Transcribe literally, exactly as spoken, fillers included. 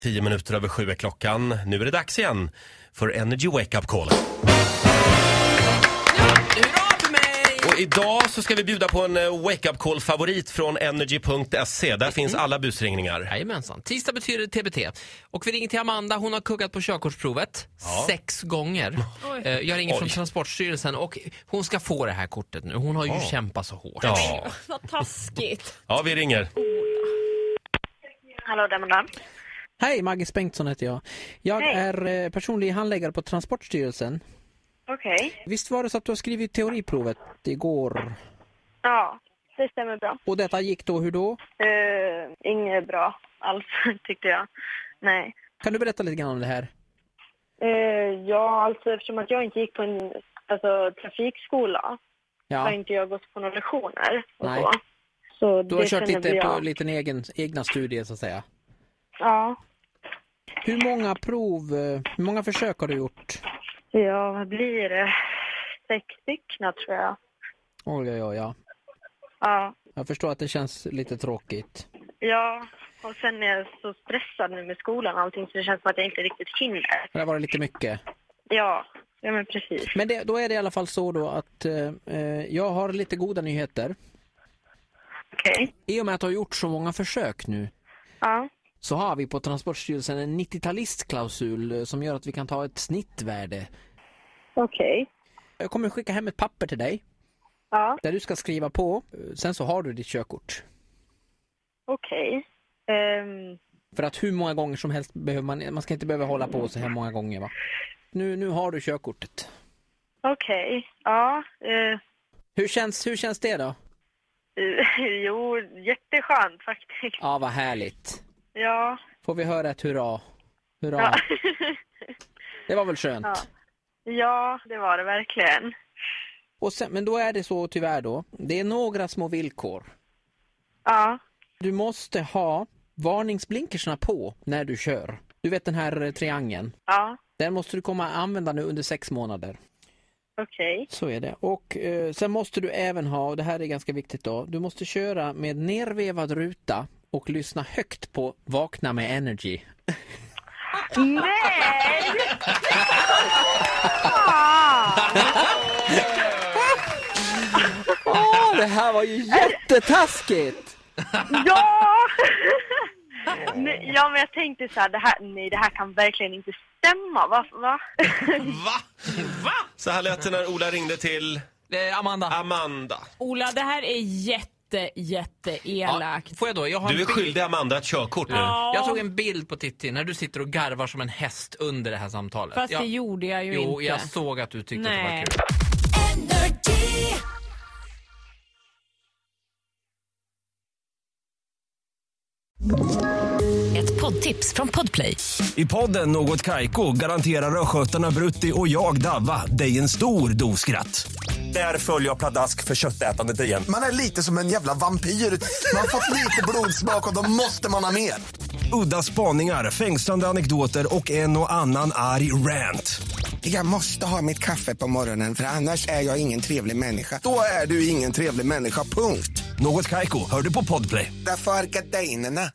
Tio minuter över sju är klockan. Nu är det dags igen för Energy Wake Up Call. Och idag så ska vi bjuda på en Wake Up Call-favorit från energy punkt se. Där mm. finns alla busringningar. Jajamensan. Tisdag betyder T B T. Och vi ringer till Amanda. Hon har kuggat på körkortsprovet ja. sex gånger. Oj. Jag ringer Oj. från Transportstyrelsen och hon ska få det här kortet nu. Hon har ju oh. kämpat så hårt. Ja. Vad taskigt. Ja, vi ringer. Hallå, Amanda. Hej, Maggie Bengtsson heter jag. Jag Hej. är personlig handläggare på Transportstyrelsen. Okej. Okay. Visst var det så att du har skrivit teoriprovet igår? Ja, det stämmer bra. Och detta gick då, hur då? Uh, inget bra alls, tyckte jag. Nej. Kan du berätta lite grann om det här? Uh, ja, alltså eftersom att jag inte gick på en alltså, trafikskola ja. har inte jag gått på några lektioner. Och Nej. Så. Så du har det kört lite jag. på lite egen, egna studier så att säga? Ja. Hur många prov, hur många försök har du gjort? Ja, vad blir det? Sex stycken tror jag. Oj, oj, oj, ja. Ja. Jag förstår att det känns lite tråkigt. Ja, och sen är jag så stressad nu med skolan och allting så det känns som att jag inte riktigt hinner. Det var lite mycket. Ja, ja men precis. Men det, då är det i alla fall så då att eh, jag har lite goda nyheter. Okej. Okay. I och med att du har gjort så många försök nu. Ja. Så har vi på Transportstyrelsen en nittiotalistklausul som gör att vi kan ta ett snittvärde. Okej. Okay. Jag kommer skicka hem ett papper till dig. Ja. Där du ska skriva på. Sen så har du ditt körkort. Okej. Okay. Um... För att hur många gånger som helst behöver man... Man ska inte behöva hålla på så här många gånger, va? Nu, nu har du körkortet. Okej. Okay. Ja. Uh... Hur känns, hur känns det då? Uh, jo, jätteskönt faktiskt. Ja, vad härligt. Ja. Får vi höra ett hurra? Hurra. Ja. Det var väl skönt? Ja. Ja, det var det verkligen. Och sen, men då är det så tyvärr då. Det är några små villkor. Ja. Du måste ha varningsblinkersna på när du kör. Du vet den här triangeln. Ja. Den måste du komma att använda nu under sex månader. Okej. Okay. Så är det. Och eh, sen måste du även ha, och det här är ganska viktigt då, du måste köra med nervevad ruta och lyssna högt på Vakna med Energy. Nej! Åh, det här var ju jättetaskigt! Ja! Ja, men jag tänkte så här, det här, nej, det här kan verkligen inte stämma. Va? Va? Va? Va? Så här lät det när Ola ringde till eh, Amanda. Amanda. Ola, det här är jätte, jätte elakt. Ja, får jag då? Jag har du är skyldig Amanda ett körkort nu. Ja. Jag tog en bild på Titti när du sitter och garvar som en häst under det här samtalet. Fast jag, det gjorde jag ju jo, inte. Jo, jag såg att du tyckte Nej. att det var kul. Ett poddtips från Podplay. I podden Något Kaiko garanterar röskötarna Brutti och jag Davva dig en stor doskratt. Där följer jag pladask för köttätandet igen. Man är lite som en jävla vampyr. Man har fått lite blodsmak och då måste man ha mer. Udda spaningar, fängslande anekdoter och en och annan arg rant. Jag måste ha mitt kaffe på morgonen för annars är jag ingen trevlig människa. Då är du ingen trevlig människa, punkt. Något Kaiko, hör du på Podplay. Därför är gardinerna.